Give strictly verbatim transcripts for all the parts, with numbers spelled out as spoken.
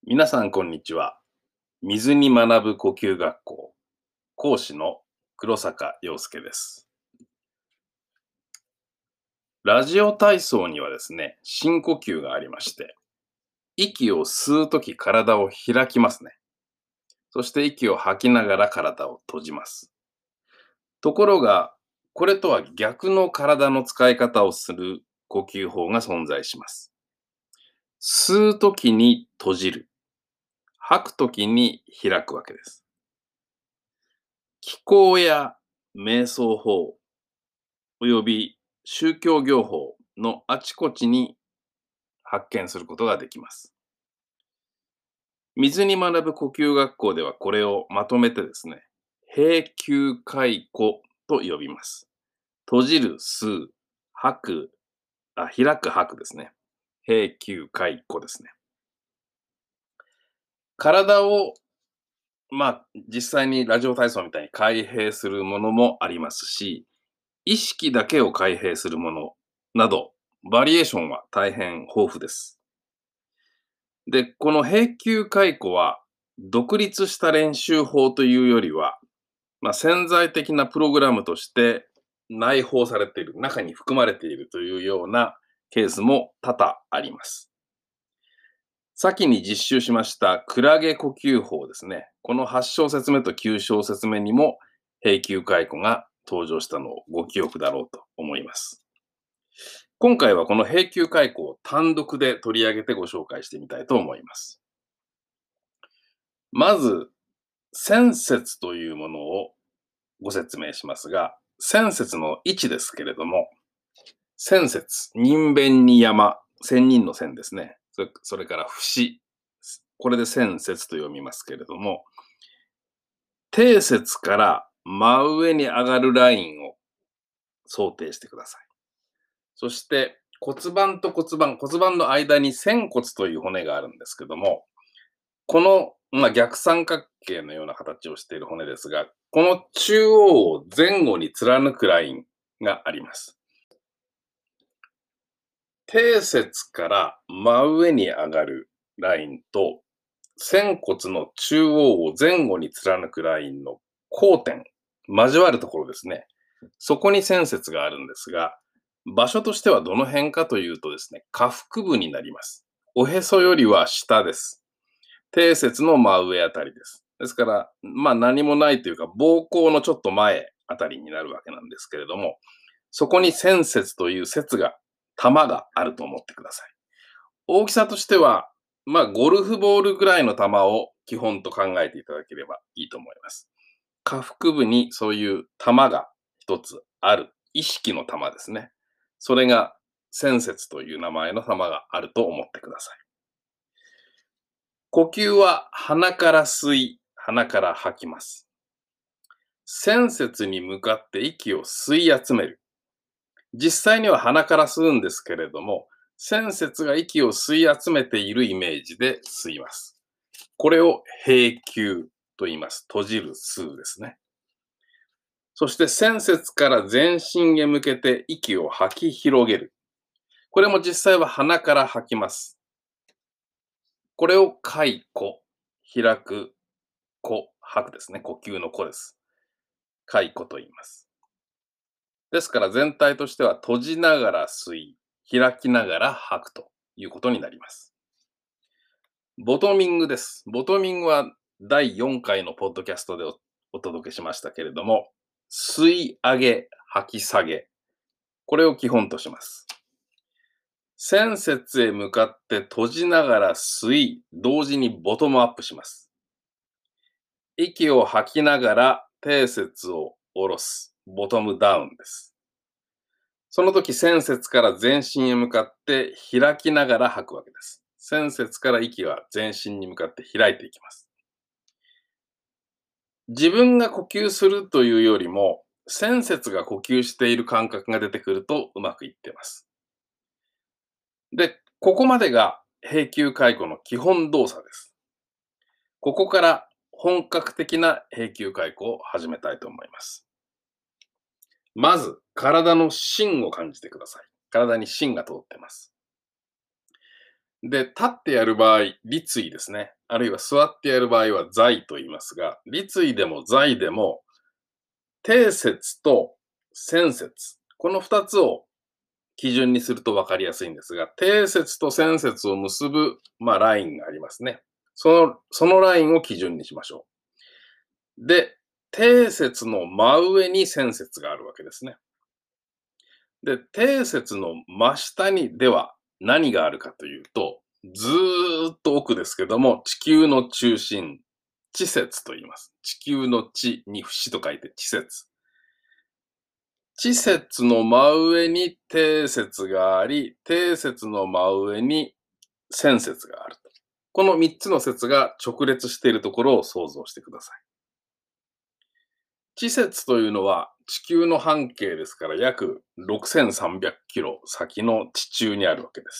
皆さん、こんにちは。水に学ぶ呼吸学校、講師の黒坂陽介です。ラジオ体操にはですね、深呼吸がありまして、息を吸うとき体を開きますね。そして息を吐きながら体を閉じます。ところが、これとは逆の体の使い方をする呼吸法が存在します。吸うときに閉じる。吐くときに開くわけです。気功や瞑想法、および宗教業法のあちこちに発見することができます。水に学ぶ呼吸学校ではこれをまとめてですね、閉吸解呼と呼びます。閉じる、吸う、吐く、あ、開く、吐くですね。閉吸解呼ですね。体を、まあ、実際にラジオ体操みたいに開閉するものもありますし、意識だけを開閉するものなど、バリエーションは大変豊富です。で、この閉球解雇は、独立した練習法というよりは、まあ、潜在的なプログラムとして内包されている、中に含まれているというようなケースも多々あります。先に実習しましたクラゲ呼吸法ですね。このはち小節目ときゅう小節目にも閉球解雇が登場したのをご記憶だろうと思います。今回はこの閉球解雇を単独で取り上げてご紹介してみたいと思います。まず、仙節というものをご説明しますが、仙節の位置ですけれども、仙節、人弁に山、仙人の仙ですね。それそれから節、これで仙節と読みますけれども、底節から真上に上がるラインを想定してください。そして骨盤と骨盤、骨盤の間に仙骨という骨があるんですけども、この、まあ、逆三角形のような形をしている骨ですが、この中央を前後に貫くラインがあります。底節から真上に上がるラインと、仙骨の中央を前後に貫くラインの交点、交わるところですね。そこに仙節があるんですが、場所としてはどの辺かというとですね、下腹部になります。おへそよりは下です。底節の真上あたりです。ですから、まあ何もないというか、膀胱のちょっと前あたりになるわけなんですけれども、そこに仙節という節が、玉があると思ってください。大きさとしては、まあゴルフボールぐらいの玉を基本と考えていただければいいと思います。下腹部にそういう玉が一つある。意識の玉ですね。それが仙節という名前の玉があると思ってください。呼吸は鼻から吸い、鼻から吐きます。仙節に向かって息を吸い集める。実際には鼻から吸うんですけれども、仙節が息を吸い集めているイメージで吸います。これを閉吸と言います。閉じる吸うですね。そして仙節から全身へ向けて息を吐き広げる。これも実際は鼻から吐きます。これを開呼、開く、呼、吐くですね。呼吸の呼です。開呼と言います。ですから全体としては閉じながら吸い、開きながら吐くということになります。ボトミングです。ボトミングはだいよんかいのポッドキャストでおお届けしましたけれども、吸い上げ、吐き下げ。これを基本とします。仙節へ向かって閉じながら吸い、同時にボトムアップします。息を吐きながら底節を下ろす。ボトムダウンです。その時、仙節から全身へ向かって開きながら吐くわけです。仙節から息は全身に向かって開いていきます。自分が呼吸するというよりも、仙節が呼吸している感覚が出てくるとうまくいっています。で、ここまでが閉吸解雇の基本動作です。ここから本格的な閉吸解雇を始めたいと思います。まず、体の芯を感じてください。体に芯が通っています。 で、立ってやる場合、立位ですね。あるいは座ってやる場合は座位と言いますが、立位でも座位でも、定節と線節、このふたつを基準にすると分かりやすいんですが、定節と線節を結ぶ、まあ、ラインがありますね。その、そのラインを基準にしましょう。で、定節の真上に線節があるわけですね。で、定節の真下にでは何があるかというと、ずーっと奥ですけども、地球の中心、地節と言います。地球の地に節と書いて地節。地節の真上に定節があり、定節の真上に線節があると。このみっつの節が直列しているところを想像してください。地節というのは地球の半径ですから約ろくせんさんびゃくキロ先の地中にあるわけです。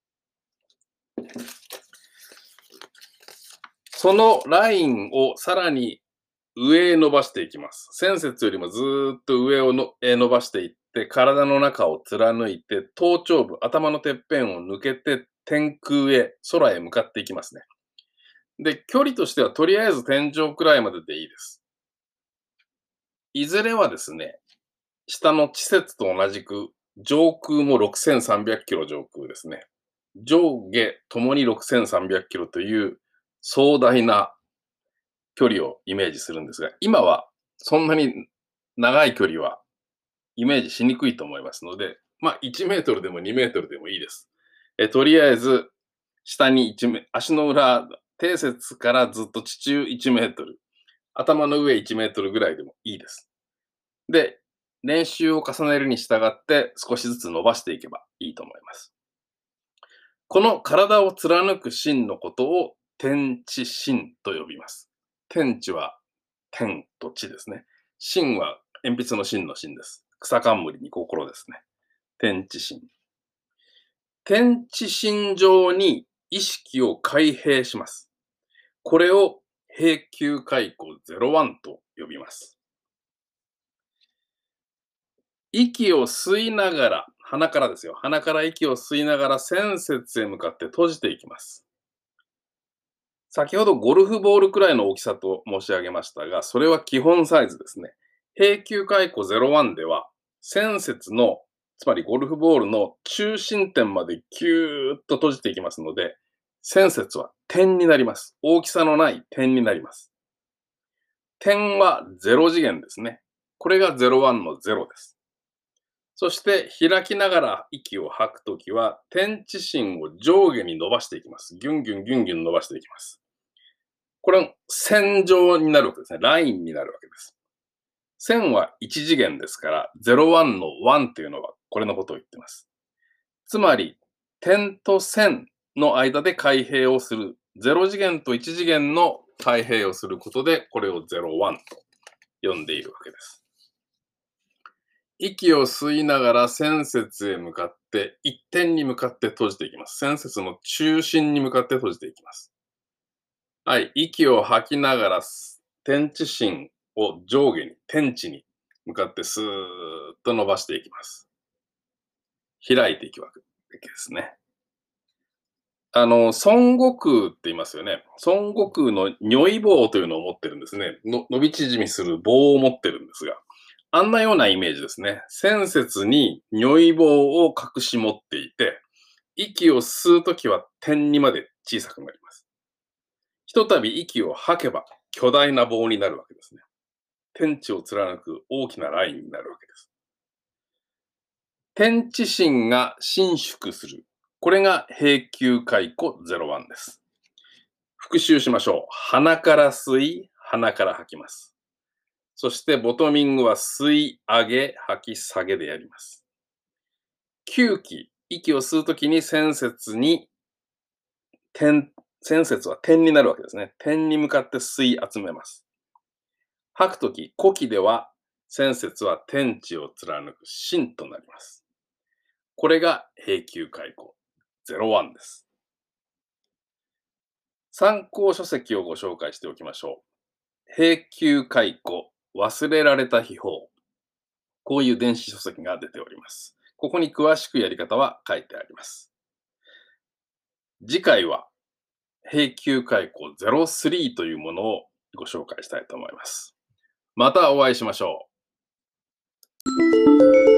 そのラインをさらに上へ伸ばしていきます。線節よりもずーっと上をのへ伸ばしていって、体の中を貫いて、頭頂部、頭のてっぺんを抜けて、天空へ、空へ向かっていきますね。で、距離としてはとりあえず天井くらいまででいいです。いずれはですね、下の地節と同じく、上空もろくせんさんびゃくキロ上空ですね。上下ともにろくせんさんびゃくキロという壮大な距離をイメージするんですが、今はそんなに長い距離はイメージしにくいと思いますので、まあいちメートルでもにメートルでもいいです。えとりあえず、下にいちメ足の裏、底節からずっと地中いちメートル、頭の上いちメートルぐらいでもいいです。で、練習を重ねるに従って少しずつ伸ばしていけばいいと思います。この体を貫く芯のことを天地芯と呼びます。天地は天と地ですね。芯は鉛筆の芯の芯です。草冠に心ですね。天地芯。天地芯上に意識を開閉します。これを平球解雇ゼロワンと呼びます。息を吸いながら、鼻からですよ。鼻から息を吸いながら線節へ向かって閉じていきます。先ほどゴルフボールくらいの大きさと申し上げましたが、それは基本サイズですね。平球解雇ゼロワンでは、線節の、つまりゴルフボールの中心点までキューッと閉じていきますので、線節は点になります。大きさのない点になります。点はゼロ次元ですね。これがゼロワンのゼロです。そして開きながら息を吐くときは、天地芯を上下に伸ばしていきます。ギュンギュンギュンギュン伸ばしていきます。これは線状になるわけですね。ラインになるわけです。線はいち次元ですから、ゼロワンのいちというのはこれのことを言っています。つまり、点と線の間で開閉をする。ゼロ次元といち次元の開閉をすることで、これをゼロワンと呼んでいるわけです。息を吸いながら線節へ向かって、一点に向かって閉じていきます。線節の中心に向かって閉じていきます。はい、息を吐きながら、天地芯を上下に、天地に向かってスーッと伸ばしていきます。開いていくわけですね。あの、孫悟空って言いますよね。孫悟空の如意棒というのを持ってるんですね。の伸び縮みする棒を持ってるんですが、あんなようなイメージですね。線節に如意棒を隠し持っていて、息を吸うときは点にまで小さくなります。ひとたび息を吐けば巨大な棒になるわけですね。天地を貫く大きなラインになるわけです。天地心が伸縮する。これが平球解雇ゼロワンです。復習しましょう。鼻から吸い、鼻から吐きます。そしてボトミングは吸い上げ、吐き下げでやります。吸気、息を吸うときに線節に点、線節は点になるわけですね。点に向かって吸い集めます。吐くとき、呼気では線節は天地を貫く心となります。これが平球解雇ゼロワンです。参考書籍をご紹介しておきましょう。平球解雇忘れられた秘宝。こういう電子書籍が出ております。ここに詳しくやり方は書いてあります。 次回は永久解雇ゼロスリーというものをご紹介したいと思います。またお会いしましょう。